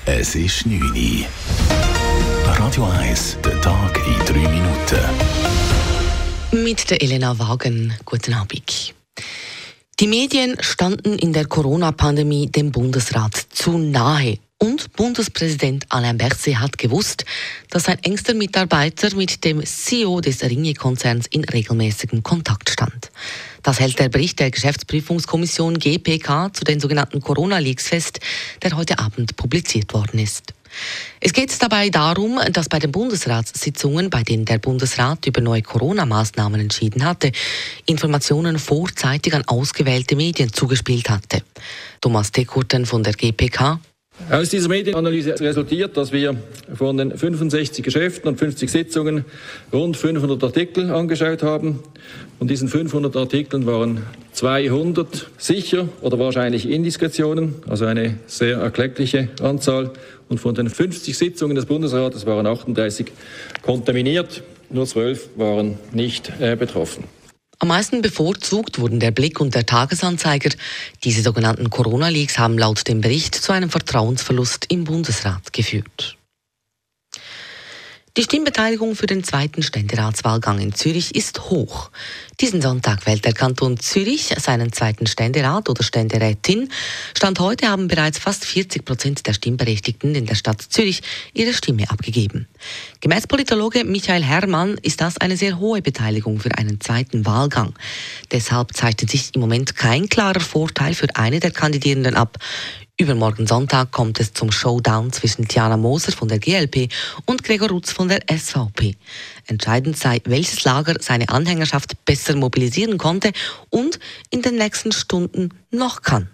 Es ist 9 Uhr. Radio 1, der Tag in 3 Minuten. Mit der Elena Wagen. Guten Abend. Die Medien standen in der Corona-Pandemie dem Bundesrat zu nahe. Und Bundespräsident Alain Berset hat gewusst, dass sein engster Mitarbeiter mit dem CEO des Ringier-Konzerns in regelmäßigem Kontakt stand. Das hält der Bericht der Geschäftsprüfungskommission GPK zu den sogenannten Corona-Leaks fest, der heute Abend publiziert worden ist. Es geht dabei darum, dass bei den Bundesratssitzungen, bei denen der Bundesrat über neue Corona-Maßnahmen entschieden hatte, Informationen vorzeitig an ausgewählte Medien zugespielt hatte. Thomas Tekurten von der GPK. Aus dieser Medienanalyse resultiert, dass wir von den 65 Geschäften und 50 Sitzungen rund 500 Artikel angeschaut haben. Von diesen 500 Artikeln waren 200 sicher oder wahrscheinlich Indiskretionen, also eine sehr erkleckliche Anzahl. Und von den 50 Sitzungen des Bundesrates waren 38 kontaminiert, nur 12 waren nicht betroffen. Am meisten bevorzugt wurden der Blick und der Tagesanzeiger. Diese sogenannten Corona-Leaks haben laut dem Bericht zu einem Vertrauensverlust im Bundesrat geführt. Die Stimmbeteiligung für den zweiten Ständeratswahlgang in Zürich ist hoch. Diesen Sonntag wählt der Kanton Zürich seinen zweiten Ständerat oder Ständerätin. Stand heute haben bereits fast 40% der Stimmberechtigten in der Stadt Zürich ihre Stimme abgegeben. Gemäß Politologe Michael Herrmann ist das eine sehr hohe Beteiligung für einen zweiten Wahlgang. Deshalb zeichnet sich im Moment kein klarer Vorteil für eine der Kandidierenden ab. Übermorgen Sonntag kommt es zum Showdown zwischen Tiana Moser von der GLP und Gregor Rutz von der SVP. Entscheidend sei, welches Lager seine Anhängerschaft besser mobilisieren konnte und in den nächsten Stunden noch kann.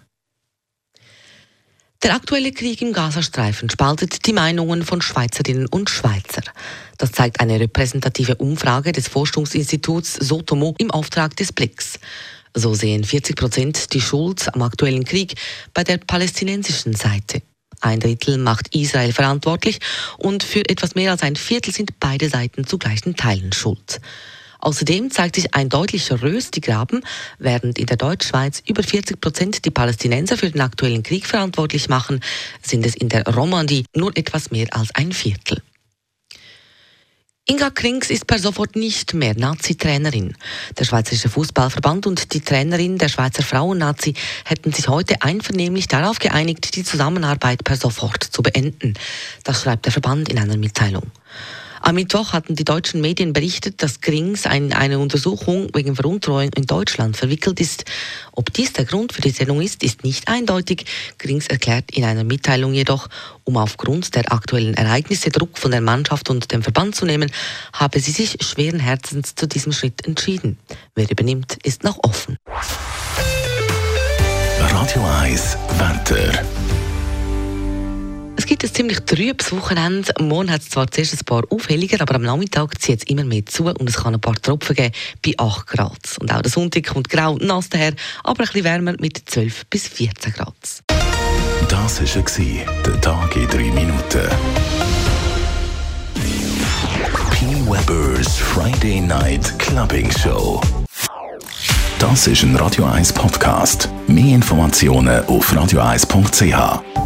Der aktuelle Krieg im Gazastreifen spaltet die Meinungen von Schweizerinnen und Schweizer. Das zeigt eine repräsentative Umfrage des Forschungsinstituts Sotomo im Auftrag des Blicks. So sehen 40% die Schuld am aktuellen Krieg bei der palästinensischen Seite. 1/3 macht Israel verantwortlich und für etwas mehr als 1/4 sind beide Seiten zu gleichen Teilen schuld. Außerdem zeigt sich ein deutlicher Röstigraben, während in der Deutschschweiz über 40% die Palästinenser für den aktuellen Krieg verantwortlich machen, sind es in der Romandie nur etwas mehr als 1/4. Inga Krings ist per sofort nicht mehr Nazi-Trainerin. Der Schweizerische Fußballverband und die Trainerin der Schweizer Frauen-Nazi hätten sich heute einvernehmlich darauf geeinigt, die Zusammenarbeit per sofort zu beenden. Das schreibt der Verband in einer Mitteilung. Am Mittwoch hatten die deutschen Medien berichtet, dass Krings in eine Untersuchung wegen Veruntreuung in Deutschland verwickelt ist. Ob dies der Grund für die Trennung ist nicht eindeutig. Krings erklärt in einer Mitteilung jedoch, um aufgrund der aktuellen Ereignisse Druck von der Mannschaft und dem Verband zu nehmen, habe sie sich schweren Herzens zu diesem Schritt entschieden. Wer übernimmt, ist noch offen. Radio 1 Wetter. Es gibt ein ziemlich trübes Wochenende. Morgen hat es zwar zuerst ein paar Aufhellungen, aber am Nachmittag zieht es immer mehr zu und es kann ein paar Tropfen geben bei 8 Grad. Und auch der Sonntag kommt grau und nass daher, aber ein bisschen wärmer mit 12 bis 14 Grad. Das war der Tag in 3 Minuten. P. Weber's Friday Night Clubbing Show. Das ist ein Radio 1 Podcast. Mehr Informationen auf radio1.ch.